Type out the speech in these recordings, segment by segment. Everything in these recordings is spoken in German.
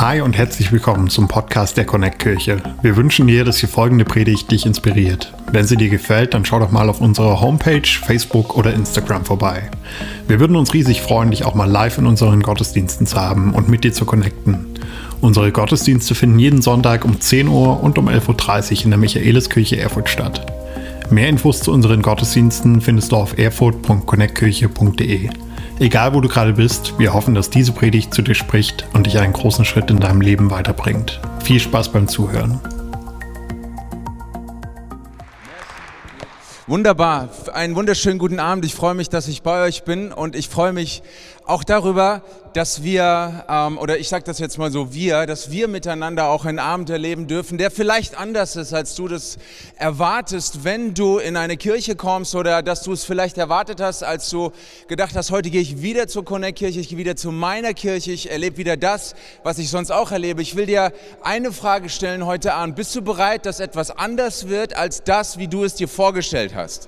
Hi und herzlich willkommen zum Podcast der Connect Kirche. Wir wünschen dir, dass die folgende Predigt dich inspiriert. Wenn sie dir gefällt, dann schau doch mal auf unserer Homepage, Facebook oder Instagram vorbei. Wir würden uns riesig freuen, dich auch mal live in unseren Gottesdiensten zu haben und mit dir zu connecten. Unsere Gottesdienste finden jeden Sonntag um 10 Uhr und um 11.30 Uhr in der Michaeliskirche Erfurt statt. Mehr Infos zu unseren Gottesdiensten findest du auf erfurt.connectkirche.de. Egal wo du gerade bist, wir hoffen, dass diese Predigt zu dir spricht und dich einen großen Schritt in deinem Leben weiterbringt. Viel Spaß beim Zuhören. Wunderbar, einen wunderschönen guten Abend. Ich freue mich, dass ich bei euch bin und ich freue mich auch darüber, dass wir, oder ich sage das jetzt mal so, dass wir miteinander auch einen Abend erleben dürfen, der vielleicht anders ist, als du das erwartest, wenn du in eine Kirche kommst oder dass du es vielleicht erwartet hast, als du gedacht hast, heute gehe ich wieder zur Connect-Kirche, ich gehe wieder zu meiner Kirche, ich erlebe wieder das, was ich sonst auch erlebe. Ich will dir eine Frage stellen heute Abend. Bist du bereit, dass etwas anders wird, als das, wie du es dir vorgestellt hast?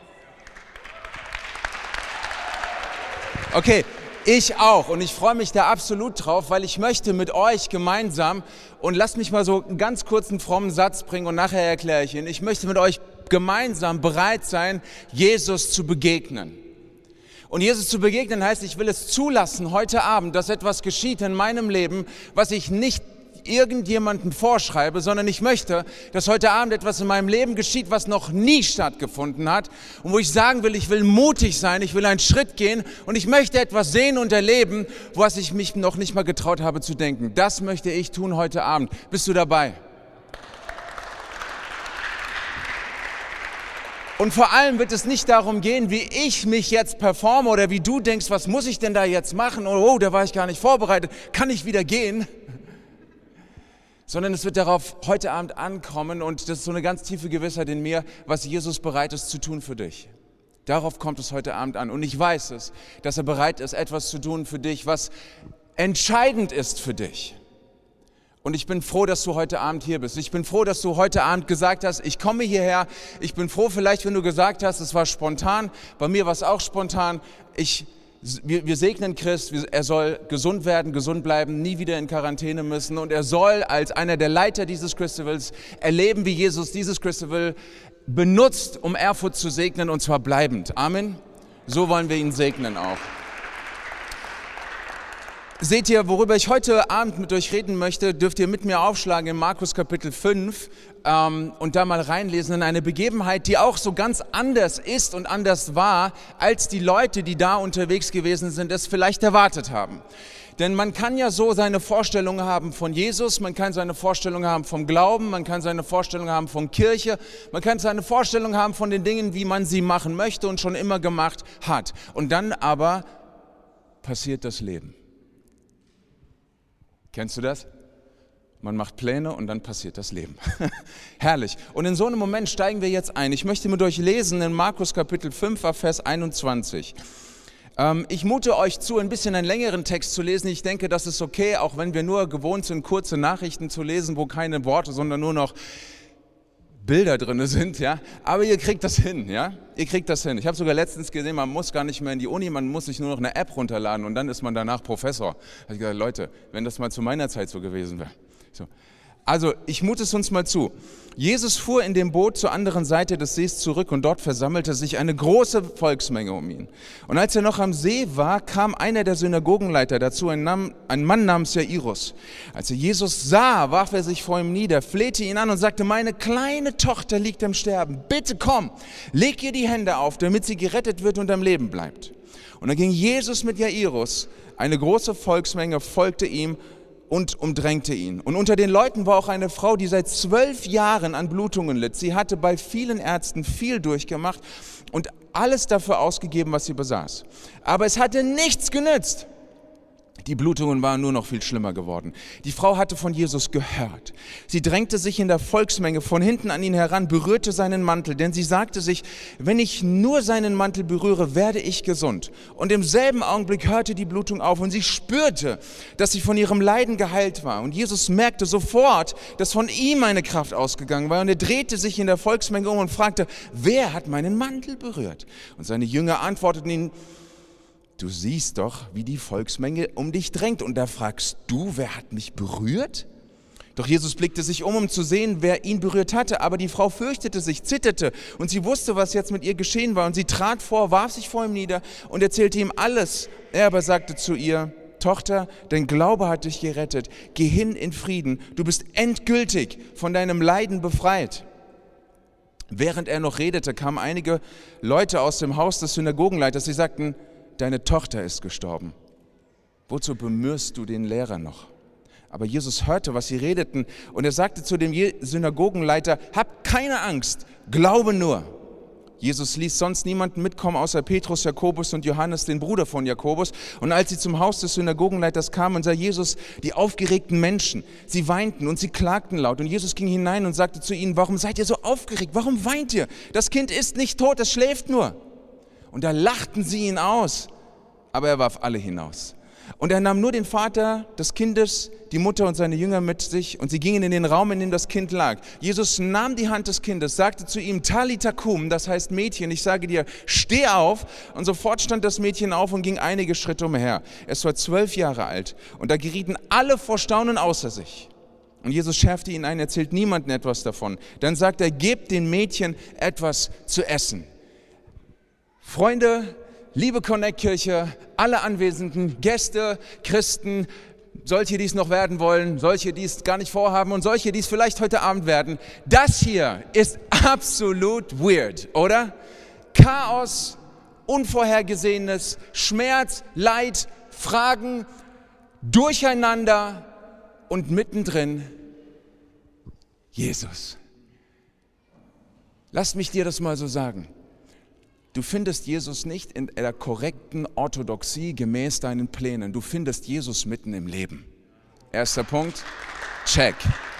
Okay. Ich auch und ich freue mich da absolut drauf, weil ich möchte mit euch gemeinsam, und lasst mich mal so einen ganz kurzen frommen Satz bringen und nachher erkläre ich ihn, ich möchte mit euch gemeinsam bereit sein, Jesus zu begegnen. Und Jesus zu begegnen heißt, ich will es zulassen heute Abend, dass etwas geschieht in meinem Leben, was ich nicht irgendjemanden vorschreibe, sondern ich möchte, dass heute Abend etwas in meinem Leben geschieht, was noch nie stattgefunden hat und wo ich sagen will, ich will mutig sein, ich will einen Schritt gehen und ich möchte etwas sehen und erleben, was ich mich noch nicht mal getraut habe zu denken. Das möchte ich tun heute Abend. Bist du dabei? Und vor allem wird es nicht darum gehen, wie ich mich jetzt performe oder wie du denkst, was muss ich denn da jetzt machen? Oh, da war ich gar nicht vorbereitet. Kann ich wieder gehen? Sondern es wird darauf heute Abend ankommen, und das ist so eine ganz tiefe Gewissheit in mir, was Jesus bereit ist zu tun für dich. Darauf kommt es heute Abend an. Und ich weiß es, dass er bereit ist, etwas zu tun für dich, was entscheidend ist für dich. Und ich bin froh, dass du heute Abend hier bist. Ich bin froh, dass du heute Abend gesagt hast, ich komme hierher. Ich bin froh vielleicht, wenn du gesagt hast, es war spontan. Bei mir war es auch spontan. Wir segnen Christ, er soll gesund werden, gesund bleiben, nie wieder in Quarantäne müssen, und er soll als einer der Leiter dieses Festivals erleben, wie Jesus dieses Festival benutzt, um Erfurt zu segnen, und zwar bleibend. Amen. So wollen wir ihn segnen auch. Seht ihr, worüber ich heute Abend mit euch reden möchte, dürft ihr mit mir aufschlagen in Markus Kapitel 5 und da mal reinlesen in eine Begebenheit, die auch so ganz anders ist und anders war, als die Leute, die da unterwegs gewesen sind, es vielleicht erwartet haben. Denn man kann ja so seine Vorstellungen haben von Jesus, man kann seine Vorstellungen haben vom Glauben, man kann seine Vorstellungen haben von Kirche, man kann seine Vorstellungen haben von den Dingen, wie man sie machen möchte und schon immer gemacht hat. Und dann aber passiert das Leben. Kennst du das? Man macht Pläne und dann passiert das Leben. Herrlich. Und in so einem Moment steigen wir jetzt ein. Ich möchte mit euch lesen in Markus Kapitel 5, Vers 21. Ich mute euch zu, ein bisschen einen längeren Text zu lesen. Ich denke, das ist okay, auch wenn wir nur gewohnt sind, kurze Nachrichten zu lesen, wo keine Worte, sondern nur noch Bilder drin sind, ja, aber ihr kriegt das hin, ja, ihr kriegt das hin. Ich habe sogar letztens gesehen, man muss gar nicht mehr in die Uni, man muss sich nur noch eine App runterladen und dann ist man danach Professor. Da habe ich gesagt, Leute, wenn das mal zu meiner Zeit so gewesen wäre. So. Also, ich mute es uns mal zu. Jesus fuhr in dem Boot zur anderen Seite des Sees zurück und dort versammelte sich eine große Volksmenge um ihn. Und als er noch am See war, kam einer der Synagogenleiter dazu, ein Mann namens Jairus. Als er Jesus sah, warf er sich vor ihm nieder, flehte ihn an und sagte, meine kleine Tochter liegt am Sterben. Bitte komm, leg ihr die Hände auf, damit sie gerettet wird und am Leben bleibt. Und dann ging Jesus mit Jairus, eine große Volksmenge folgte ihm und umdrängte ihn. Und unter den Leuten war auch eine Frau, die seit 12 Jahren an Blutungen litt. Sie hatte bei vielen Ärzten viel durchgemacht und alles dafür ausgegeben, was sie besaß. Aber es hatte nichts genützt. Die Blutungen waren nur noch viel schlimmer geworden. Die Frau hatte von Jesus gehört. Sie drängte sich in der Volksmenge von hinten an ihn heran, berührte seinen Mantel, denn sie sagte sich, wenn ich nur seinen Mantel berühre, werde ich gesund. Und im selben Augenblick hörte die Blutung auf und sie spürte, dass sie von ihrem Leiden geheilt war. Und Jesus merkte sofort, dass von ihm eine Kraft ausgegangen war. Und er drehte sich in der Volksmenge um und fragte, wer hat meinen Mantel berührt? Und seine Jünger antworteten ihm, du siehst doch, wie die Volksmenge um dich drängt. Und da fragst du, wer hat mich berührt? Doch Jesus blickte sich um zu sehen, wer ihn berührt hatte. Aber die Frau fürchtete sich, zitterte und sie wusste, was jetzt mit ihr geschehen war. Und sie trat vor, warf sich vor ihm nieder und erzählte ihm alles. Er aber sagte zu ihr, Tochter, dein Glaube hat dich gerettet. Geh hin in Frieden. Du bist endgültig von deinem Leiden befreit. Während er noch redete, kamen einige Leute aus dem Haus des Synagogenleiters. Sie sagten, deine Tochter ist gestorben. Wozu bemühst du den Lehrer noch? Aber Jesus hörte, was sie redeten, und er sagte zu dem Synagogenleiter, hab keine Angst, glaube nur. Jesus ließ sonst niemanden mitkommen, außer Petrus, Jakobus und Johannes, den Bruder von Jakobus. Und als sie zum Haus des Synagogenleiters kamen, sah Jesus die aufgeregten Menschen. Sie weinten und sie klagten laut. Und Jesus ging hinein und sagte zu ihnen, warum seid ihr so aufgeregt? Warum weint ihr? Das Kind ist nicht tot, es schläft nur. Und da lachten sie ihn aus, aber er warf alle hinaus. Und er nahm nur den Vater des Kindes, die Mutter und seine Jünger mit sich und sie gingen in den Raum, in dem das Kind lag. Jesus nahm die Hand des Kindes, sagte zu ihm, Talita kum, das heißt Mädchen, ich sage dir, steh auf. Und sofort stand das Mädchen auf und ging einige Schritte umher. Es war 12 Jahre alt und da gerieten alle vor Staunen außer sich. Und Jesus schärfte ihn ein, erzählt niemandem etwas davon. Dann sagt er, gebt den Mädchen etwas zu essen. Freunde, liebe Connect-Kirche, alle anwesenden Gäste, Christen, solche, die es noch werden wollen, solche, die es gar nicht vorhaben und solche, die es vielleicht heute Abend werden. Das hier ist absolut weird, oder? Chaos, Unvorhergesehenes, Schmerz, Leid, Fragen, Durcheinander und mittendrin Jesus. Lass mich dir das mal so sagen. Du findest Jesus nicht in der korrekten Orthodoxie gemäß deinen Plänen. Du findest Jesus mitten im Leben. Erster Punkt, check.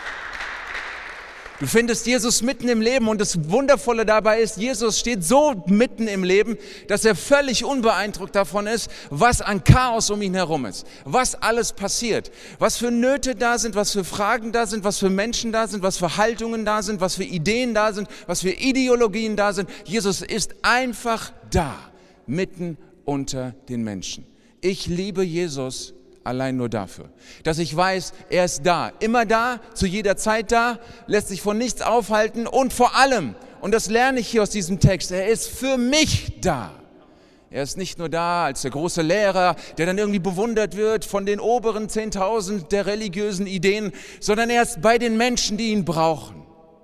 Du findest Jesus mitten im Leben und das Wundervolle dabei ist, Jesus steht so mitten im Leben, dass er völlig unbeeindruckt davon ist, was an Chaos um ihn herum ist, was alles passiert, was für Nöte da sind, was für Fragen da sind, was für Menschen da sind, was für Haltungen da sind, was für Ideen da sind, was für Ideologien da sind. Jesus ist einfach da, mitten unter den Menschen. Ich liebe Jesus allein nur dafür, dass ich weiß, er ist da, immer da, zu jeder Zeit da, lässt sich von nichts aufhalten und vor allem, und das lerne ich hier aus diesem Text, er ist für mich da. Er ist nicht nur da als der große Lehrer, der dann irgendwie bewundert wird von den oberen 10.000 der religiösen Ideen, sondern er ist bei den Menschen, die ihn brauchen.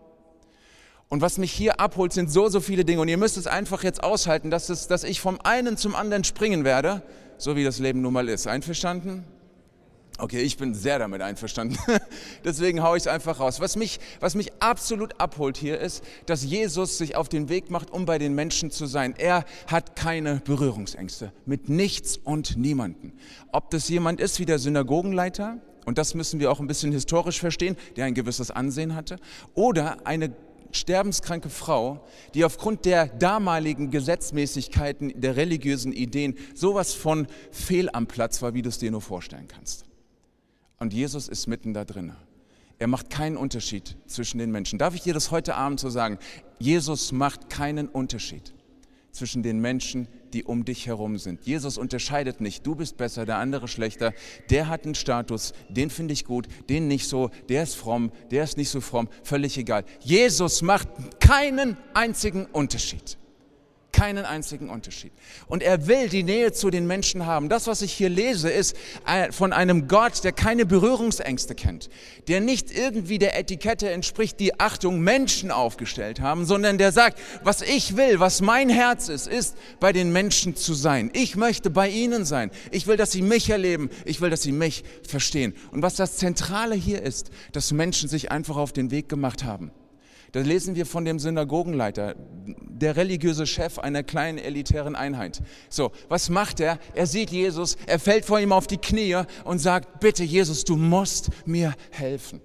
Und was mich hier abholt, sind so viele Dinge. Und ihr müsst es einfach jetzt aushalten, dass ich vom einen zum anderen springen werde, so wie das Leben nun mal ist. Einverstanden? Okay, ich bin sehr damit einverstanden. Deswegen haue ich es einfach raus. Was mich absolut abholt hier ist, dass Jesus sich auf den Weg macht, um bei den Menschen zu sein. Er hat keine Berührungsängste mit nichts und niemanden. Ob das jemand ist wie der Synagogenleiter, und das müssen wir auch ein bisschen historisch verstehen, der ein gewisses Ansehen hatte, oder eine sterbenskranke Frau, die aufgrund der damaligen Gesetzmäßigkeiten der religiösen Ideen sowas von fehl am Platz war, wie du es dir nur vorstellen kannst. Und Jesus ist mitten da drin. Er macht keinen Unterschied zwischen den Menschen. Darf ich dir das heute Abend so sagen? Jesus macht keinen Unterschied zwischen den Menschen, die um dich herum sind. Jesus unterscheidet nicht, du bist besser, der andere schlechter, der hat einen Status, den finde ich gut, den nicht so, der ist fromm, der ist nicht so fromm, völlig egal. Jesus macht keinen einzigen Unterschied. Keinen einzigen Unterschied. Und er will die Nähe zu den Menschen haben. Das, was ich hier lese, ist von einem Gott, der keine Berührungsängste kennt, der nicht irgendwie der Etikette entspricht, die, Achtung, Menschen aufgestellt haben, sondern der sagt, was ich will, was mein Herz ist bei den Menschen zu sein. Ich möchte bei ihnen sein. Ich will, dass sie mich erleben. Ich will, dass sie mich verstehen. Und was das Zentrale hier ist, dass Menschen sich einfach auf den Weg gemacht haben. Da lesen wir von dem Synagogenleiter, der religiöse Chef einer kleinen elitären Einheit. So, was macht er? Er sieht Jesus, er fällt vor ihm auf die Knie und sagt, bitte Jesus, du musst mir helfen.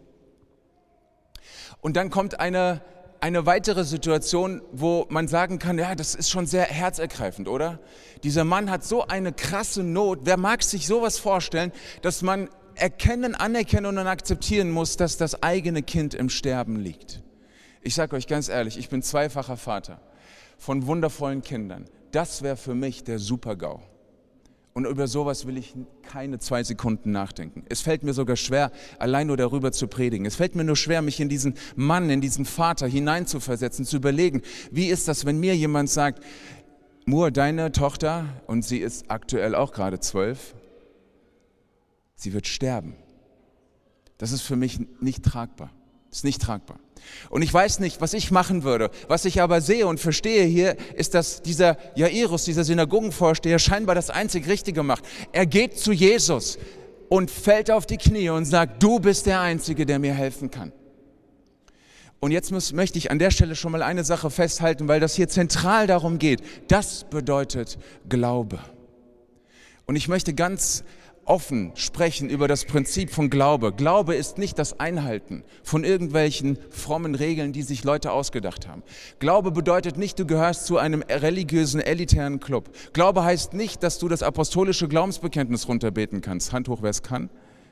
Und dann kommt eine weitere Situation, wo man sagen kann, ja, das ist schon sehr herzergreifend, oder? Dieser Mann hat so eine krasse Not. Wer mag sich sowas vorstellen, dass man anerkennen und akzeptieren muss, dass das eigene Kind im Sterben liegt? Ich sage euch ganz ehrlich, ich bin zweifacher Vater von wundervollen Kindern. Das wäre für mich der Super-GAU. Und über sowas will ich keine 2 Sekunden nachdenken. Es fällt mir sogar schwer, allein nur darüber zu predigen. Es fällt mir nur schwer, mich in diesen Mann, in diesen Vater hineinzuversetzen, zu überlegen, wie ist das, wenn mir jemand sagt, Moore, deine Tochter, und sie ist aktuell auch gerade 12, sie wird sterben. Das ist für mich nicht tragbar. Das ist nicht tragbar. Und ich weiß nicht, was ich machen würde. Was ich aber sehe und verstehe hier, ist, dass dieser Jairus, dieser Synagogenvorsteher, scheinbar das einzig Richtige macht. Er geht zu Jesus und fällt auf die Knie und sagt, du bist der Einzige, der mir helfen kann. Und jetzt möchte ich an der Stelle schon mal eine Sache festhalten, weil das hier zentral darum geht. Das bedeutet Glaube. Und ich möchte ganz offen sprechen über das Prinzip von Glaube. Glaube ist nicht das Einhalten von irgendwelchen frommen Regeln, die sich Leute ausgedacht haben. Glaube bedeutet nicht, du gehörst zu einem religiösen, elitären Club. Glaube heißt nicht, dass du das apostolische Glaubensbekenntnis runterbeten kannst. Hand hoch, wer es kann.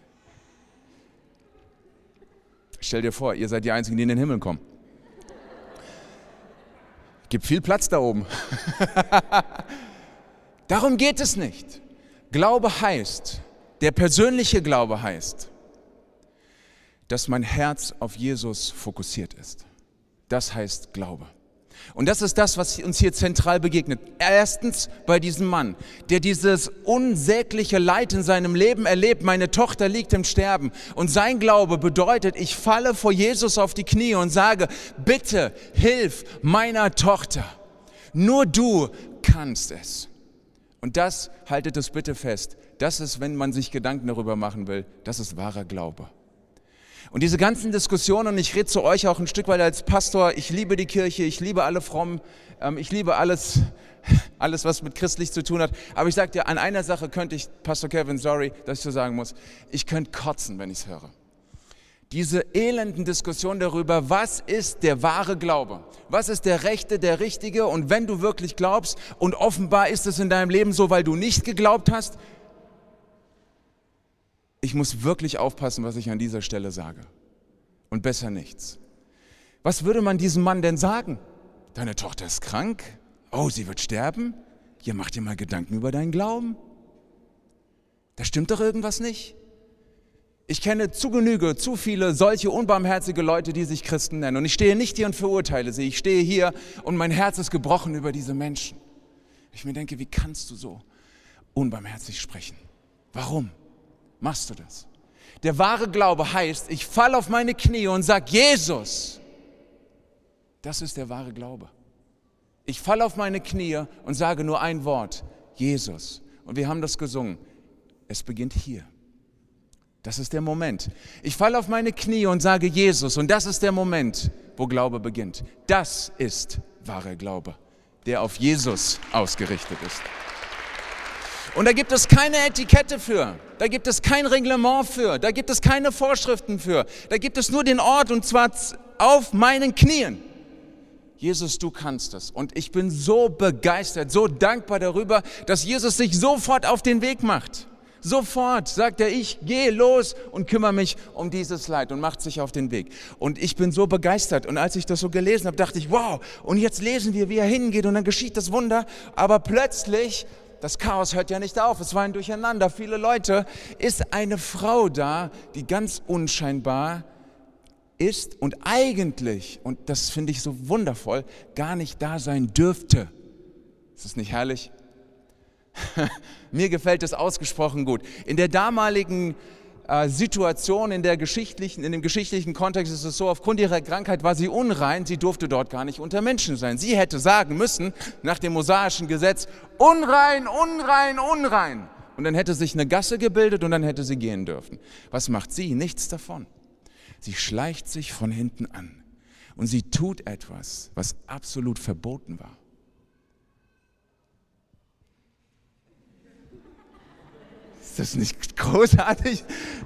Stell dir vor, ihr seid die Einzigen, die in den Himmel kommen. Gibt viel Platz da oben. Darum geht es nicht. Glaube heißt, der persönliche Glaube heißt, dass mein Herz auf Jesus fokussiert ist. Das heißt Glaube. Und das ist das, was uns hier zentral begegnet. Erstens bei diesem Mann, der dieses unsägliche Leid in seinem Leben erlebt. Meine Tochter liegt im Sterben. Und sein Glaube bedeutet, ich falle vor Jesus auf die Knie und sage, bitte hilf meiner Tochter. Nur du kannst es. Und das, haltet es bitte fest, das ist, wenn man sich Gedanken darüber machen will, das ist wahrer Glaube. Und diese ganzen Diskussionen, und ich rede zu euch auch ein Stück weit als Pastor, ich liebe die Kirche, ich liebe alle Frommen, ich liebe alles, was mit christlich zu tun hat. Aber ich sage dir, an einer Sache könnte ich, Pastor Kevin, sorry, dass ich so sagen muss, ich könnte kotzen, wenn ich es höre. Diese elenden Diskussionen darüber, was ist der wahre Glaube? Was ist der rechte, der richtige? Und wenn du wirklich glaubst und offenbar ist es in deinem Leben so, weil du nicht geglaubt hast, ich muss wirklich aufpassen, was ich an dieser Stelle sage. Und besser nichts. Was würde man diesem Mann denn sagen? Deine Tochter ist krank? Oh, sie wird sterben? Ja, mach dir mal Gedanken über deinen Glauben. Da stimmt doch irgendwas nicht. Ich kenne zu Genüge, zu viele solche unbarmherzige Leute, die sich Christen nennen. Und ich stehe nicht hier und verurteile sie. Ich stehe hier und mein Herz ist gebrochen über diese Menschen. Ich mir denke, wie kannst du so unbarmherzig sprechen? Warum machst du das? Der wahre Glaube heißt, ich falle auf meine Knie und sage, Jesus, das ist der wahre Glaube. Ich falle auf meine Knie und sage nur ein Wort, Jesus. Und wir haben das gesungen. Es beginnt hier. Das ist der Moment. Ich falle auf meine Knie und sage Jesus. Und das ist der Moment, wo Glaube beginnt. Das ist wahrer Glaube, der auf Jesus ausgerichtet ist. Und da gibt es keine Etikette für, da gibt es kein Reglement für, da gibt es keine Vorschriften für. Da gibt es nur den Ort und zwar auf meinen Knien. Jesus, du kannst es. Und ich bin so begeistert, so dankbar darüber, dass Jesus sich sofort auf den Weg macht. Sofort sagt er, ich gehe los und kümmere mich um dieses Leid und macht sich auf den Weg. Und ich bin so begeistert. Und als ich das so gelesen habe, dachte ich, wow, und jetzt lesen wir, wie er hingeht und dann geschieht das Wunder. Aber plötzlich, das Chaos hört ja nicht auf, es war ein Durcheinander, viele Leute, ist eine Frau da, die ganz unscheinbar ist und eigentlich, und das finde ich so wundervoll, gar nicht da sein dürfte. Ist das nicht herrlich? Mir gefällt das ausgesprochen gut. In der damaligen Situation, in dem geschichtlichen Kontext ist es so, aufgrund ihrer Krankheit war sie unrein, sie durfte dort gar nicht unter Menschen sein. Sie hätte sagen müssen, nach dem mosaischen Gesetz, unrein, unrein, unrein. Und dann hätte sich eine Gasse gebildet und dann hätte sie gehen dürfen. Was macht sie? Nichts davon. Sie schleicht sich von hinten an und sie tut etwas, was absolut verboten war. Ist das nicht großartig?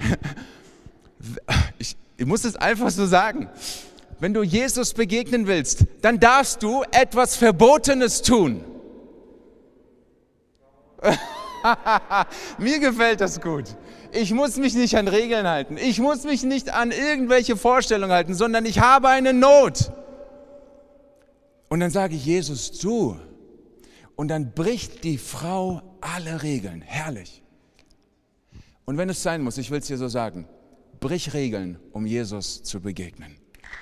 Ich muss es einfach so sagen. Wenn du Jesus begegnen willst, dann darfst du etwas Verbotenes tun. Mir gefällt das gut. Ich muss mich nicht an Regeln halten. Ich muss mich nicht an irgendwelche Vorstellungen halten, sondern ich habe eine Not. Und dann sage ich, Jesus, du. Und dann bricht die Frau alle Regeln. Herrlich. Und wenn es sein muss, ich will es dir so sagen, brich Regeln, um Jesus zu begegnen.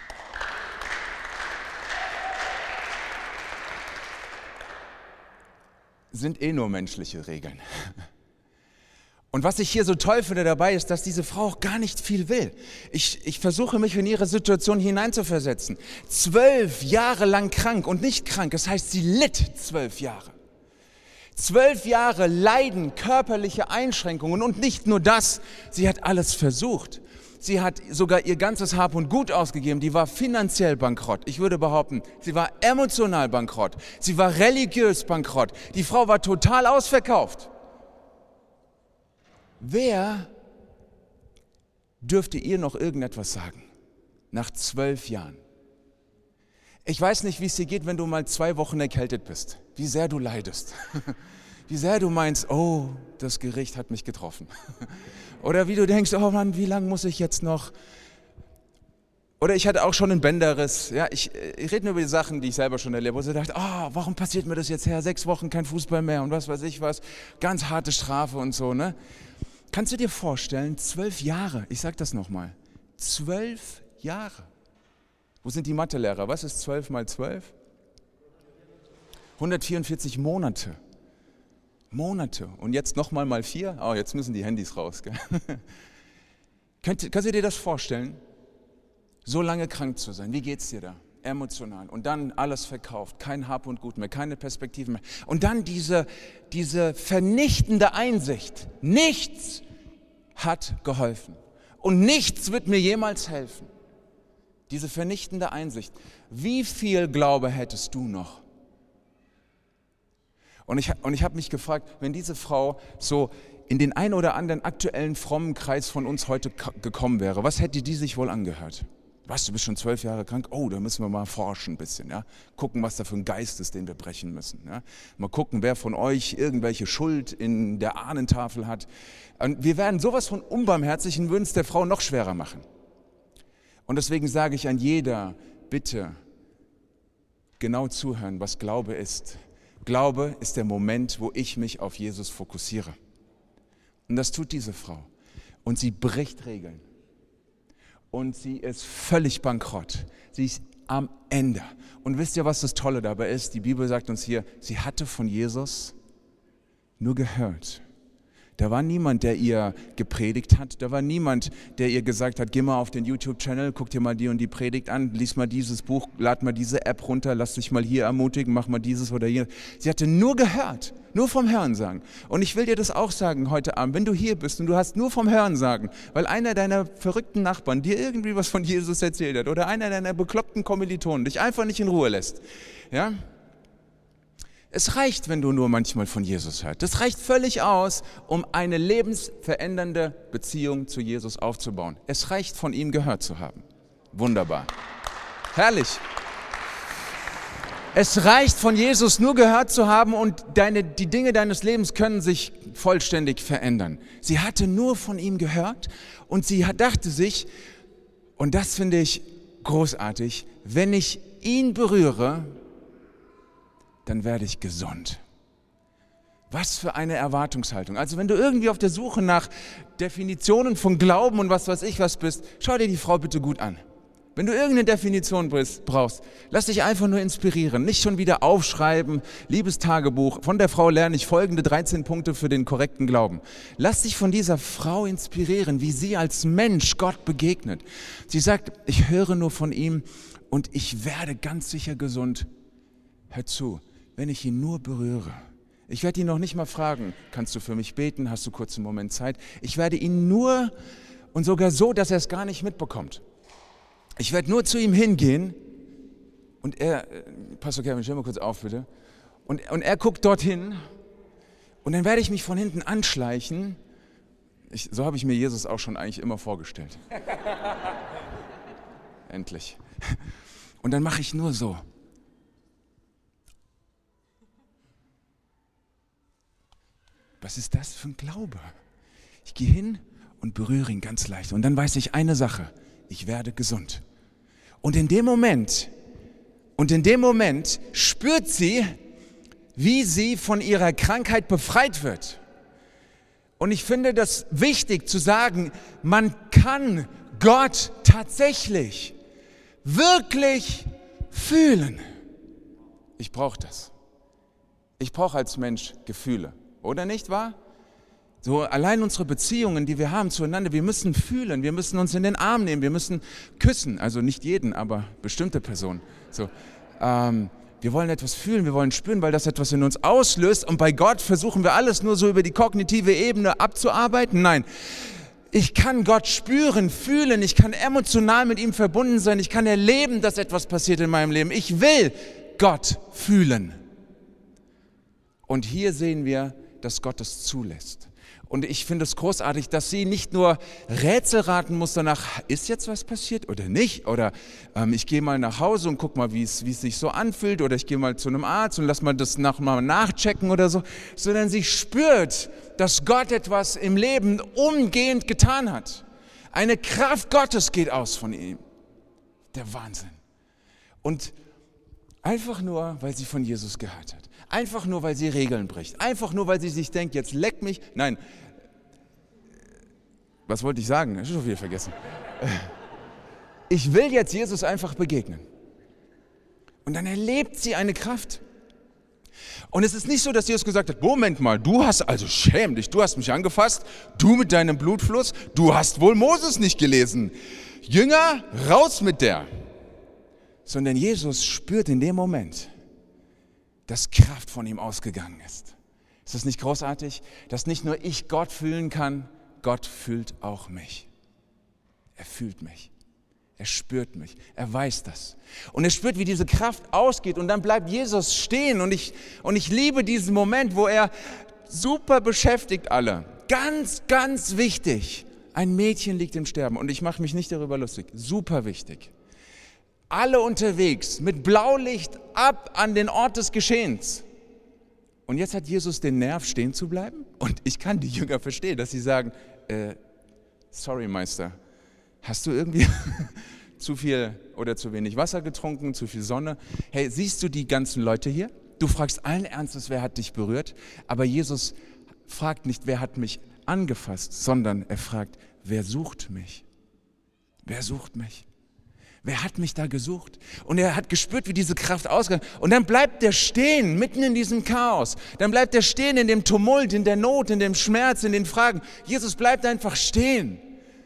Sind nur menschliche Regeln. Und was ich hier so toll finde dabei ist, dass diese Frau auch gar nicht viel will. Ich versuche mich in ihre Situation hineinzuversetzen. 12 Jahre lang krank und nicht krank, das heißt, sie litt 12 Jahre. 12 Jahre Leiden, körperliche Einschränkungen und nicht nur das, sie hat alles versucht. Sie hat sogar ihr ganzes Hab und Gut ausgegeben, die war finanziell bankrott. Ich würde behaupten, sie war emotional bankrott, sie war religiös bankrott. Die Frau war total ausverkauft. Wer dürfte ihr noch irgendetwas sagen? Nach 12 Jahren. Ich weiß nicht, wie es dir geht, wenn du mal 2 Wochen erkältet bist. Wie sehr du leidest. Wie sehr du meinst, oh, das Gericht hat mich getroffen. Oder wie du denkst, oh Mann, wie lange muss ich jetzt noch? Oder ich hatte auch schon einen Bänderriss. Ja, ich rede nur über die Sachen, die ich selber schon erlebe. Wo ich dachte, oh, warum passiert mir das jetzt her? 6 Wochen kein Fußball mehr und was weiß ich was. Ganz harte Strafe und so, ne? Kannst du dir vorstellen, 12 Jahre, ich sag das nochmal, 12 Jahre. Wo sind die Mathelehrer? Was ist 12 mal 12? 144 Monate. Monate. Und jetzt nochmal mal 4? Oh, jetzt müssen die Handys raus. Gell? Kannst du dir das vorstellen? So lange krank zu sein. Wie geht's dir da? Emotional. Und dann alles verkauft. Kein Hab und Gut mehr, keine Perspektiven mehr. Und dann diese vernichtende Einsicht. Nichts hat geholfen. Und nichts wird mir jemals helfen. Diese vernichtende Einsicht. Wie viel Glaube hättest du noch? Und ich habe mich gefragt, wenn diese Frau so in den ein oder anderen aktuellen frommen Kreis von uns heute gekommen wäre, was hätte die sich wohl angehört? Was, du bist schon 12 Jahre krank? Oh, da müssen wir mal forschen ein bisschen. Ja? Gucken, was da für ein Geist ist, den wir brechen müssen. Ja? Mal gucken, wer von euch irgendwelche Schuld in der Ahnentafel hat. Und wir werden sowas von unbarmherzig und würden es der Frau noch schwerer machen. Und deswegen sage ich an jeder, bitte genau zuhören, was Glaube ist. Glaube ist der Moment, wo ich mich auf Jesus fokussiere. Und das tut diese Frau. Und sie bricht Regeln. Und sie ist völlig bankrott. Sie ist am Ende. Und wisst ihr, was das Tolle dabei ist? Die Bibel sagt uns hier, sie hatte von Jesus nur gehört. Da war niemand, der ihr gepredigt hat. Da war niemand, der ihr gesagt hat, geh mal auf den YouTube-Channel, guck dir mal die und die Predigt an, lies mal dieses Buch, lad mal diese App runter, lass dich mal hier ermutigen, mach mal dieses oder jenes. Sie hatte nur gehört, nur vom Hörensagen. Und ich will dir das auch sagen heute Abend, wenn du hier bist und du hast nur vom Hörensagen, weil einer deiner verrückten Nachbarn dir irgendwie was von Jesus erzählt hat oder einer deiner bekloppten Kommilitonen dich einfach nicht in Ruhe lässt, ja? Es reicht, wenn du nur manchmal von Jesus hörst. Das reicht völlig aus, um eine lebensverändernde Beziehung zu Jesus aufzubauen. Es reicht, von ihm gehört zu haben. Wunderbar. Herrlich. Es reicht, von Jesus nur gehört zu haben und die Dinge deines Lebens können sich vollständig verändern. Sie hatte nur von ihm gehört und sie dachte sich, und das finde ich großartig, wenn ich ihn berühre, dann werde ich gesund. Was für eine Erwartungshaltung. Also wenn du irgendwie auf der Suche nach Definitionen von Glauben und was weiß ich was bist, schau dir die Frau bitte gut an. Wenn du irgendeine Definition brauchst, lass dich einfach nur inspirieren. Nicht schon wieder aufschreiben, Liebestagebuch. Von der Frau lerne ich folgende 13 Punkte für den korrekten Glauben. Lass dich von dieser Frau inspirieren, wie sie als Mensch Gott begegnet. Sie sagt, ich höre nur von ihm und ich werde ganz sicher gesund. Hör zu. Wenn ich ihn nur berühre. Ich werde ihn noch nicht mal fragen, kannst du für mich beten, hast du kurz einen Moment Zeit? Ich werde ihn nur, und sogar so, dass er es gar nicht mitbekommt. Ich werde nur zu ihm hingehen und Pastor Kevin, stell mal kurz auf bitte. Und er guckt dorthin und dann werde ich mich von hinten anschleichen. So habe ich mir Jesus auch schon eigentlich immer vorgestellt. Endlich. Und dann mache ich nur so. Was ist das für ein Glaube? Ich gehe hin und berühre ihn ganz leicht. Und dann weiß ich eine Sache, ich werde gesund. Und in dem Moment spürt sie, wie sie von ihrer Krankheit befreit wird. Und ich finde das wichtig zu sagen, man kann Gott tatsächlich, wirklich fühlen. Ich brauche das. Ich brauche als Mensch Gefühle, oder nicht wahr? So allein unsere Beziehungen, die wir haben zueinander, wir müssen fühlen, wir müssen uns in den Arm nehmen, wir müssen küssen, also nicht jeden, aber bestimmte Personen. So, wir wollen etwas fühlen, wir wollen spüren, weil das etwas in uns auslöst, und bei Gott versuchen wir alles nur so über die kognitive Ebene abzuarbeiten. Nein, ich kann Gott spüren, fühlen, ich kann emotional mit ihm verbunden sein, ich kann erleben, dass etwas passiert in meinem Leben. Ich will Gott fühlen. Und hier sehen wir, dass Gott es zulässt. Und ich finde es großartig, dass sie nicht nur Rätsel raten muss danach, ist jetzt was passiert oder nicht? Oder ich gehe mal nach Hause und gucke mal, wie es sich so anfühlt. Oder ich gehe mal zu einem Arzt und lass mal das mal nachchecken oder so. Sondern sie spürt, dass Gott etwas im Leben umgehend getan hat. Eine Kraft Gottes geht aus von ihm. Der Wahnsinn. Und einfach nur, weil sie von Jesus gehört hat. Einfach nur, weil sie Regeln bricht. Einfach nur, weil sie sich denkt, jetzt leck mich. Nein, was wollte ich sagen? Ich habe schon wieder vergessen. Ich will jetzt Jesus einfach begegnen. Und dann erlebt sie eine Kraft. Und es ist nicht so, dass Jesus gesagt hat, Moment mal, du hast, also schäm dich, du hast mich angefasst, du mit deinem Blutfluss, du hast wohl Moses nicht gelesen. Jünger, raus mit der. Sondern Jesus spürt in dem Moment, dass Kraft von ihm ausgegangen ist. Ist das nicht großartig, dass nicht nur ich Gott fühlen kann, Gott fühlt auch mich. Er fühlt mich, er spürt mich, er weiß das. Und er spürt, wie diese Kraft ausgeht, und dann bleibt Jesus stehen, und ich liebe diesen Moment, wo er super beschäftigt alle. Ganz, ganz wichtig, ein Mädchen liegt im Sterben, und ich mache mich nicht darüber lustig, super wichtig. Alle unterwegs, mit Blaulicht ab an den Ort des Geschehens. Und jetzt hat Jesus den Nerv, stehen zu bleiben. Und ich kann die Jünger verstehen, dass sie sagen, sorry Meister, hast du irgendwie zu viel oder zu wenig Wasser getrunken, zu viel Sonne? Hey, siehst du die ganzen Leute hier? Du fragst allen Ernstes, wer hat dich berührt? Aber Jesus fragt nicht, wer hat mich angefasst, sondern er fragt, wer sucht mich? Wer sucht mich? Wer hat mich da gesucht? Und er hat gespürt, wie diese Kraft ausgeht. Und dann bleibt er stehen, mitten in diesem Chaos. Dann bleibt er stehen in dem Tumult, in der Not, in dem Schmerz, in den Fragen. Jesus bleibt einfach stehen.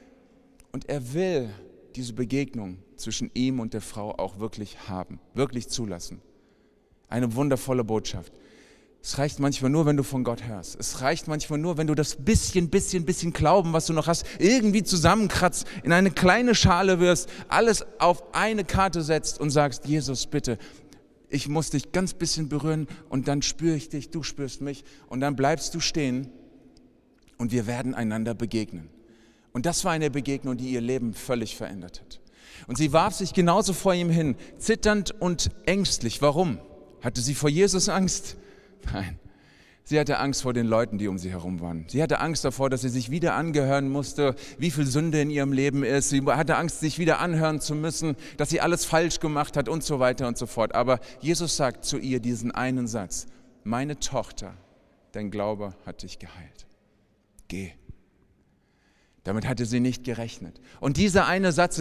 Und er will diese Begegnung zwischen ihm und der Frau auch wirklich haben, wirklich zulassen. Eine wundervolle Botschaft. Es reicht manchmal nur, wenn du von Gott hörst. Es reicht manchmal nur, wenn du das bisschen Glauben, was du noch hast, irgendwie zusammenkratzt, in eine kleine Schale wirst, alles auf eine Karte setzt und sagst, Jesus, bitte, ich muss dich ganz bisschen berühren, und dann spüre ich dich, du spürst mich, und dann bleibst du stehen und wir werden einander begegnen. Und das war eine Begegnung, die ihr Leben völlig verändert hat. Und sie warf sich genauso vor ihm hin, zitternd und ängstlich. Warum? Hatte sie vor Jesus Angst? Nein, sie hatte Angst vor den Leuten, die um sie herum waren. Sie hatte Angst davor, dass sie sich wieder angehören musste, wie viel Sünde in ihrem Leben ist. Sie hatte Angst, sich wieder anhören zu müssen, dass sie alles falsch gemacht hat und so weiter und so fort. Aber Jesus sagt zu ihr diesen einen Satz: Meine Tochter, dein Glaube hat dich geheilt. Geh. Damit hatte sie nicht gerechnet. Und dieser eine Satz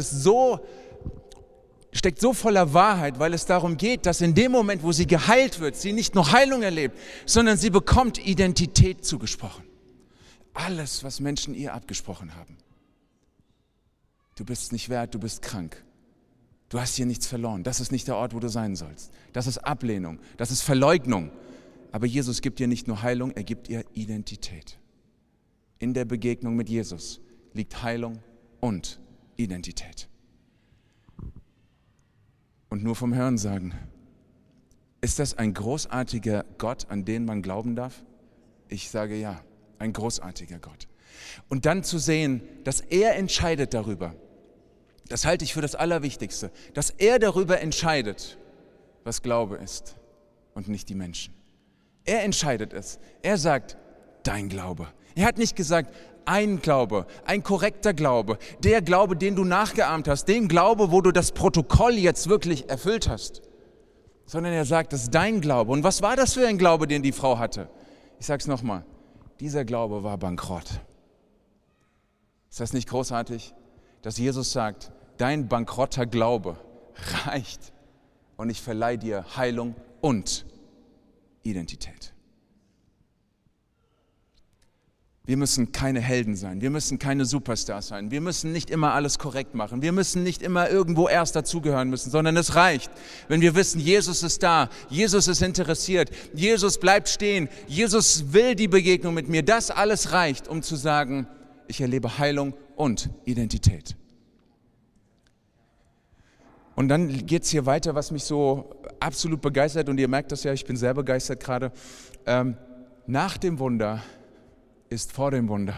steckt so voller Wahrheit, weil es darum geht, dass in dem Moment, wo sie geheilt wird, sie nicht nur Heilung erlebt, sondern sie bekommt Identität zugesprochen. Alles, was Menschen ihr abgesprochen haben. Du bist nicht wert, du bist krank. Du hast hier nichts verloren. Das ist nicht der Ort, wo du sein sollst. Das ist Ablehnung, das ist Verleugnung. Aber Jesus gibt ihr nicht nur Heilung, er gibt ihr Identität. In der Begegnung mit Jesus liegt Heilung und Identität. Und nur vom Hörensagen. Ist das ein großartiger Gott, an den man glauben darf? Ich sage ja, ein großartiger Gott. Und dann zu sehen, dass er entscheidet darüber, das halte ich für das Allerwichtigste, dass er darüber entscheidet, was Glaube ist und nicht die Menschen. Er entscheidet es. Er sagt, dein Glaube. Er hat nicht gesagt, ein Glaube, ein korrekter Glaube, der Glaube, den du nachgeahmt hast, den Glaube, wo du das Protokoll jetzt wirklich erfüllt hast, sondern er sagt, das ist dein Glaube. Und was war das für ein Glaube, den die Frau hatte? Ich sage es nochmal, dieser Glaube war bankrott. Ist das nicht großartig, dass Jesus sagt, dein bankrotter Glaube reicht und ich verleihe dir Heilung und Identität. Wir müssen keine Helden sein, wir müssen keine Superstars sein, wir müssen nicht immer alles korrekt machen, wir müssen nicht immer irgendwo erst dazugehören müssen, sondern es reicht, wenn wir wissen, Jesus ist da, Jesus ist interessiert, Jesus bleibt stehen, Jesus will die Begegnung mit mir. Das alles reicht, um zu sagen, ich erlebe Heilung und Identität. Und dann geht es hier weiter, was mich so absolut begeistert, und ihr merkt das ja, ich bin sehr begeistert gerade. Nach dem Wunder ist vor dem Wunder.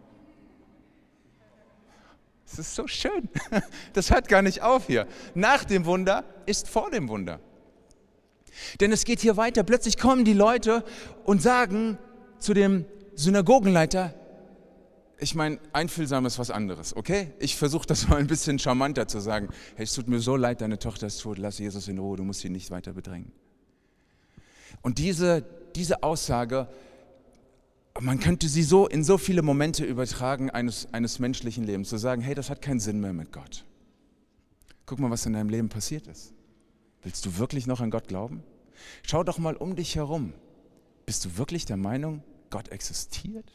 Das ist so schön. Das hört gar nicht auf hier. Nach dem Wunder ist vor dem Wunder. Denn es geht hier weiter. Plötzlich kommen die Leute und sagen zu dem Synagogenleiter, ich meine, einfühlsam ist was anderes, okay? Ich versuche das mal ein bisschen charmanter zu sagen. Hey, es tut mir so leid, deine Tochter ist tot, lass Jesus in Ruhe, du musst sie nicht weiter bedrängen. Und diese Aussage, man könnte sie so in so viele Momente übertragen eines menschlichen Lebens, zu sagen, hey, das hat keinen Sinn mehr mit Gott. Guck mal, was in deinem Leben passiert ist. Willst du wirklich noch an Gott glauben? Schau doch mal um dich herum. Bist du wirklich der Meinung, Gott existiert?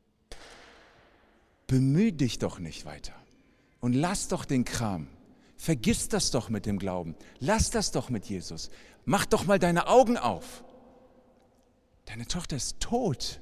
Bemühe dich doch nicht weiter und lass doch den Kram. Vergiss das doch mit dem Glauben. Lass das doch mit Jesus. Mach doch mal deine Augen auf. Deine Tochter ist tot.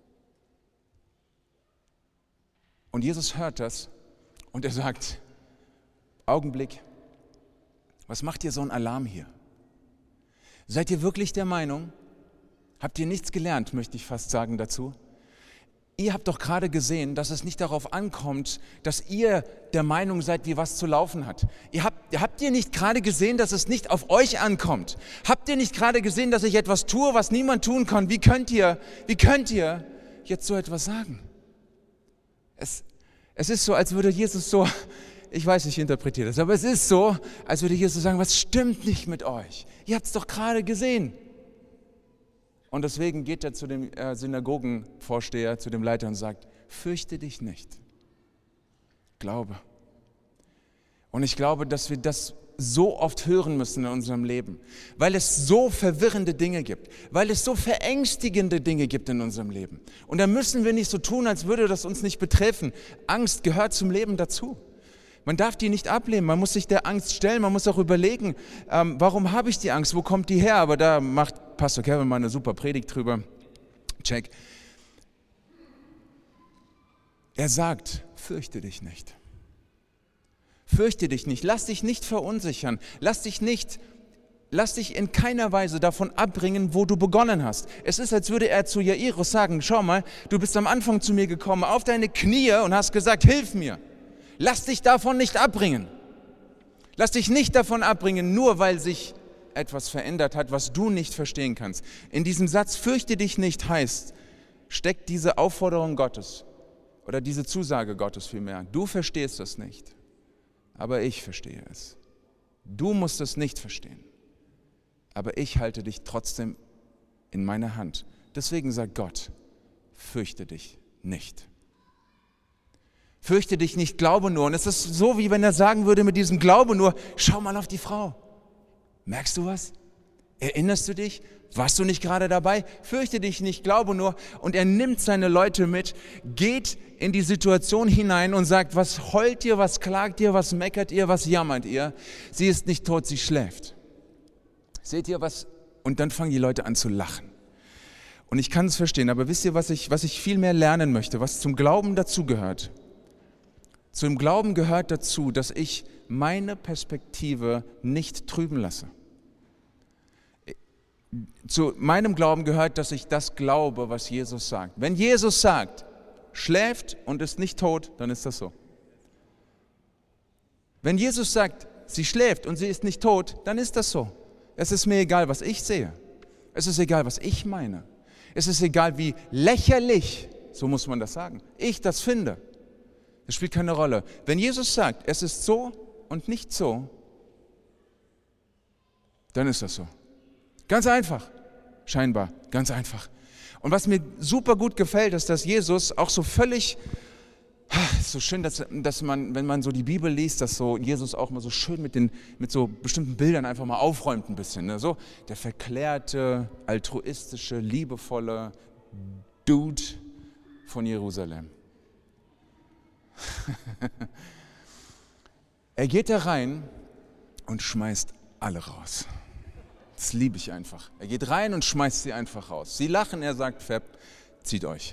Und Jesus hört das und er sagt, Augenblick, was macht ihr so einen Alarm hier? Seid ihr wirklich der Meinung, habt ihr nichts gelernt, möchte ich fast sagen dazu? Ihr habt doch gerade gesehen, dass es nicht darauf ankommt, dass ihr der Meinung seid, wie was zu laufen hat. Habt ihr nicht gerade gesehen, dass es nicht auf euch ankommt? Habt ihr nicht gerade gesehen, dass ich etwas tue, was niemand tun kann? Wie könnt ihr jetzt so etwas sagen? Es ist so, als würde Jesus so, ich weiß, ich interpretiere das, aber es ist so, als würde Jesus sagen, was stimmt nicht mit euch? Ihr habt es doch gerade gesehen. Und deswegen geht er zu dem Synagogenvorsteher, zu dem Leiter und sagt, fürchte dich nicht, glaube. Und ich glaube, dass wir das so oft hören müssen in unserem Leben, weil es so verwirrende Dinge gibt, weil es so verängstigende Dinge gibt in unserem Leben. Und da müssen wir nicht so tun, als würde das uns nicht betreffen. Angst gehört zum Leben dazu. Man darf die nicht ablehnen, man muss sich der Angst stellen, man muss auch überlegen, warum habe ich die Angst, wo kommt die her? Aber da macht Pastor Kevin mal eine super Predigt drüber. Check. Er sagt, fürchte dich nicht. Fürchte dich nicht, lass dich nicht verunsichern, lass dich in keiner Weise davon abbringen, wo du begonnen hast. Es ist, als würde er zu Jairus sagen, schau mal, du bist am Anfang zu mir gekommen, auf deine Knie und hast gesagt, hilf mir. Lass dich davon nicht abbringen. Lass dich nicht davon abbringen, nur weil sich etwas verändert hat, was du nicht verstehen kannst. In diesem Satz, fürchte dich nicht, heißt, steckt diese Aufforderung Gottes oder diese Zusage Gottes vielmehr. Du verstehst es nicht, aber ich verstehe es. Du musst es nicht verstehen, aber ich halte dich trotzdem in meiner Hand. Deswegen sagt Gott, fürchte dich nicht. Fürchte dich nicht, glaube nur. Und es ist so, wie wenn er sagen würde mit diesem Glaube nur, schau mal auf die Frau. Merkst du was? Erinnerst du dich? Warst du nicht gerade dabei? Fürchte dich nicht, glaube nur. Und er nimmt seine Leute mit, geht in die Situation hinein und sagt, was heult ihr, was klagt ihr, was meckert ihr, was jammert ihr? Sie ist nicht tot, sie schläft. Seht ihr was? Und dann fangen die Leute an zu lachen. Und ich kann es verstehen, aber wisst ihr, was ich viel mehr lernen möchte, was zum Glauben dazugehört? Zum Glauben gehört dazu, dass ich meine Perspektive nicht trüben lasse. Zu meinem Glauben gehört, dass ich das glaube, was Jesus sagt. Wenn Jesus sagt, schläft und ist nicht tot, dann ist das so. Wenn Jesus sagt, sie schläft und sie ist nicht tot, dann ist das so. Es ist mir egal, was ich sehe. Es ist egal, was ich meine. Es ist egal, wie lächerlich, so muss man das sagen, ich das finde. Das spielt keine Rolle. Wenn Jesus sagt, es ist so und nicht so, dann ist das so. Ganz einfach, scheinbar, ganz einfach. Und was mir super gut gefällt, ist, dass Jesus auch so völlig, so schön, dass man, wenn man so die Bibel liest, dass so Jesus auch mal so schön mit so bestimmten Bildern einfach mal aufräumt ein bisschen. Ne? So der verklärte, altruistische, liebevolle Dude von Jerusalem. Er geht da rein und schmeißt alle raus. Das liebe ich einfach. Er geht rein und schmeißt sie einfach raus. Sie lachen, er sagt, zieht euch.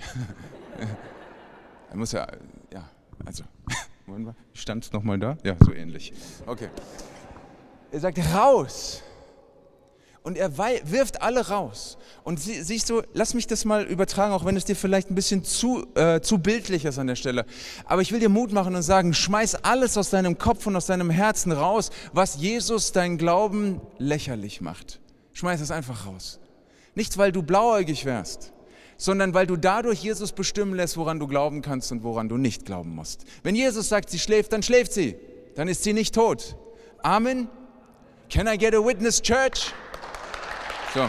Er muss ja, also, stand es nochmal da? Ja, so ähnlich. Okay. Er sagt, raus. Und er wirft alle raus. Und siehst du, lass mich das mal übertragen, auch wenn es dir vielleicht ein bisschen zu bildlich ist an der Stelle. Aber ich will dir Mut machen und sagen, schmeiß alles aus deinem Kopf und aus deinem Herzen raus, was Jesus deinen Glauben lächerlich macht. Schmeiß es einfach raus. Nicht, weil du blauäugig wärst, sondern weil du dadurch Jesus bestimmen lässt, woran du glauben kannst und woran du nicht glauben musst. Wenn Jesus sagt, sie schläft, dann schläft sie. Dann ist sie nicht tot. Amen. Can I get a witness, Church? So.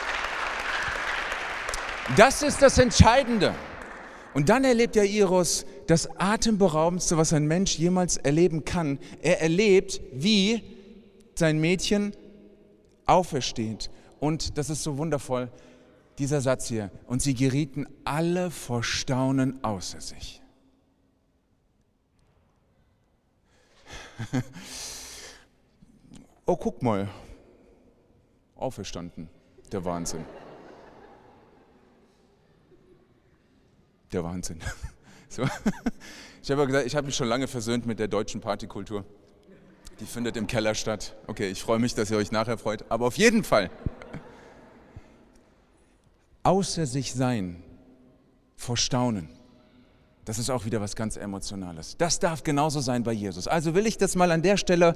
Das ist das Entscheidende. Und dann erlebt Jairus das Atemberaubendste, was ein Mensch jemals erleben kann. Er erlebt, wie sein Mädchen aufersteht. Und das ist so wundervoll, dieser Satz hier. Und sie gerieten alle vor Staunen außer sich. Oh, guck mal. Auferstanden. Der Wahnsinn. Der Wahnsinn. So. Ich habe ja gesagt, ich habe mich schon lange versöhnt mit der deutschen Partykultur. Die findet im Keller statt. Okay, ich freue mich, dass ihr euch nachher freut. Aber auf jeden Fall. Außer sich sein, vor Staunen. Das ist auch wieder was ganz Emotionales. Das darf genauso sein bei Jesus. Also will ich das mal an der Stelle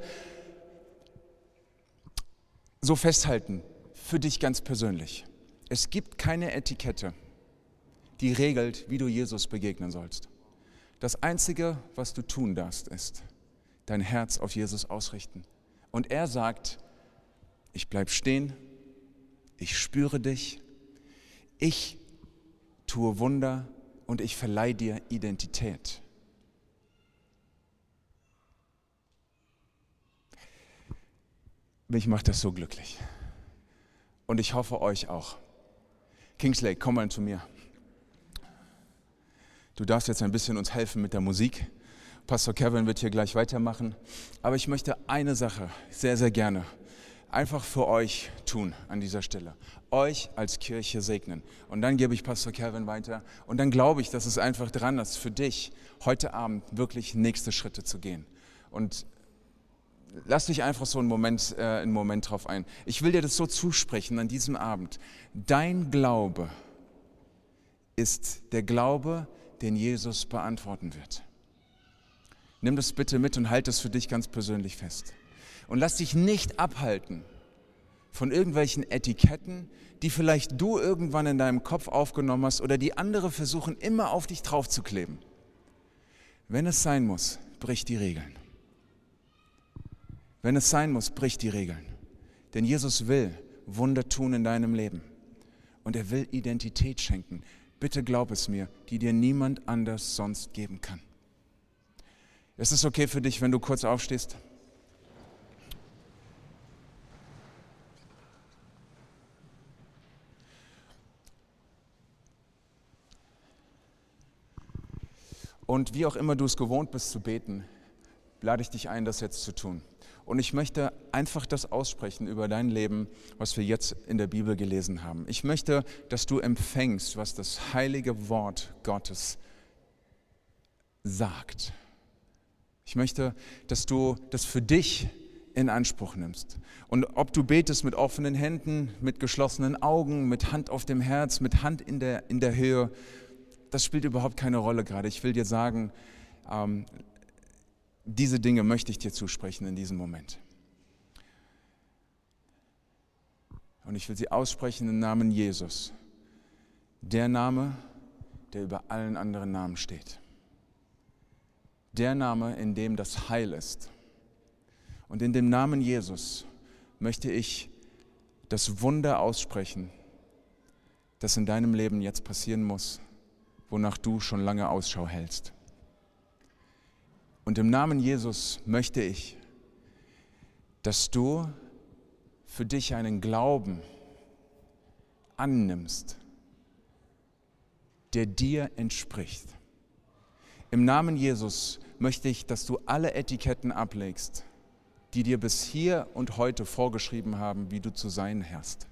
so festhalten, für dich ganz persönlich. Es gibt keine Etikette, die regelt, wie du Jesus begegnen sollst. Das Einzige, was du tun darfst, ist, dein Herz auf Jesus ausrichten. Und er sagt, ich bleib stehen, ich spüre dich, ich tue Wunder und ich verleihe dir Identität. Mich macht das so glücklich. Und ich hoffe euch auch. Kingsley, komm mal zu mir. Du darfst jetzt ein bisschen uns helfen mit der Musik. Pastor Kevin wird hier gleich weitermachen. Aber ich möchte eine Sache sehr, sehr gerne einfach für euch tun an dieser Stelle. Euch als Kirche segnen. Und dann gebe ich Pastor Kevin weiter. Und dann glaube ich, dass es einfach dran ist, für dich heute Abend wirklich nächste Schritte zu gehen. Und lass dich einfach so einen Moment drauf ein. Ich will dir das so zusprechen an diesem Abend. Dein Glaube ist der Glaube, den Jesus beantworten wird. Nimm das bitte mit und halt es für dich ganz persönlich fest. Und lass dich nicht abhalten von irgendwelchen Etiketten, die vielleicht du irgendwann in deinem Kopf aufgenommen hast oder die andere versuchen immer auf dich draufzukleben. Wenn es sein muss, brich die Regeln. Wenn es sein muss, brich die Regeln. Denn Jesus will Wunder tun in deinem Leben. Und er will Identität schenken. Bitte glaub es mir, die dir niemand anders sonst geben kann. Ist es okay für dich, wenn du kurz aufstehst? Und wie auch immer du es gewohnt bist zu beten, lade ich dich ein, das jetzt zu tun. Und ich möchte einfach das aussprechen über dein Leben, was wir jetzt in der Bibel gelesen haben. Ich möchte, dass du empfängst, was das heilige Wort Gottes sagt. Ich möchte, dass du das für dich in Anspruch nimmst. Und ob du betest mit offenen Händen, mit geschlossenen Augen, mit Hand auf dem Herz, mit Hand in der Höhe, das spielt überhaupt keine Rolle gerade. Ich will dir sagen, diese Dinge möchte ich dir zusprechen in diesem Moment. Und ich will sie aussprechen im Namen Jesus. Der Name, der über allen anderen Namen steht. Der Name, in dem das Heil ist. Und in dem Namen Jesus möchte ich das Wunder aussprechen, das in deinem Leben jetzt passieren muss, wonach du schon lange Ausschau hältst. Und im Namen Jesus möchte ich, dass du für dich einen Glauben annimmst, der dir entspricht. Im Namen Jesus möchte ich, dass du alle Etiketten ablegst, die dir bis hier und heute vorgeschrieben haben, wie du zu sein hast.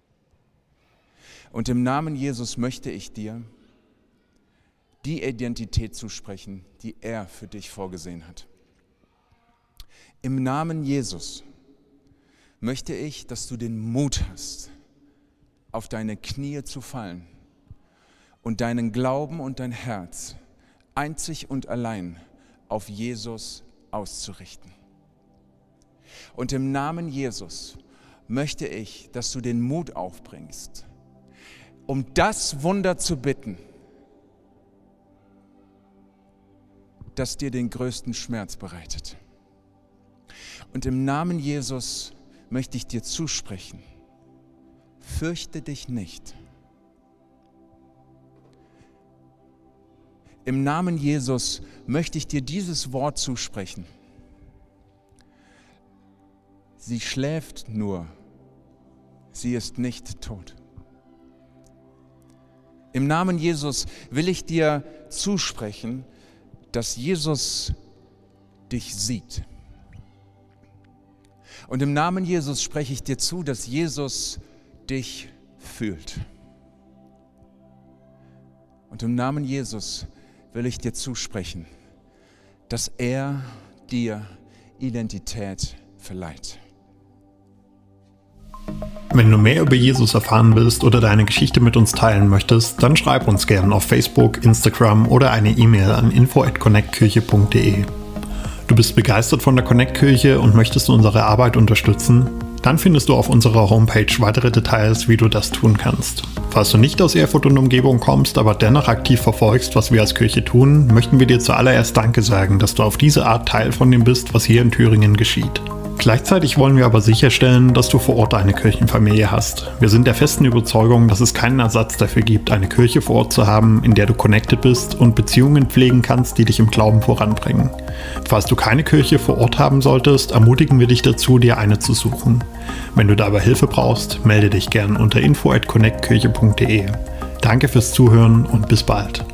Und im Namen Jesus möchte ich dir die Identität zusprechen, die er für dich vorgesehen hat. Im Namen Jesus möchte ich, dass du den Mut hast, auf deine Knie zu fallen und deinen Glauben und dein Herz einzig und allein auf Jesus auszurichten. Und im Namen Jesus möchte ich, dass du den Mut aufbringst, um das Wunder zu bitten, das dir den größten Schmerz bereitet. Und im Namen Jesus möchte ich dir zusprechen: Fürchte dich nicht. Im Namen Jesus möchte ich dir dieses Wort zusprechen: Sie schläft nur, sie ist nicht tot. Im Namen Jesus will ich dir zusprechen, dass Jesus dich sieht. Und im Namen Jesus spreche ich dir zu, dass Jesus dich fühlt. Und im Namen Jesus will ich dir zusprechen, dass er dir Identität verleiht. Wenn du mehr über Jesus erfahren willst oder deine Geschichte mit uns teilen möchtest, dann schreib uns gerne auf Facebook, Instagram oder eine E-Mail an info@connectkirche.de. Du bist begeistert von der Connect-Kirche und möchtest unsere Arbeit unterstützen? Dann findest du auf unserer Homepage weitere Details, wie du das tun kannst. Falls du nicht aus Erfurt und Umgebung kommst, aber dennoch aktiv verfolgst, was wir als Kirche tun, möchten wir dir zuallererst Danke sagen, dass du auf diese Art Teil von dem bist, was hier in Thüringen geschieht. Gleichzeitig wollen wir aber sicherstellen, dass du vor Ort eine Kirchenfamilie hast. Wir sind der festen Überzeugung, dass es keinen Ersatz dafür gibt, eine Kirche vor Ort zu haben, in der du connected bist und Beziehungen pflegen kannst, die dich im Glauben voranbringen. Falls du keine Kirche vor Ort haben solltest, ermutigen wir dich dazu, dir eine zu suchen. Wenn du dabei Hilfe brauchst, melde dich gern unter info@connectkirche.de. Danke fürs Zuhören und bis bald.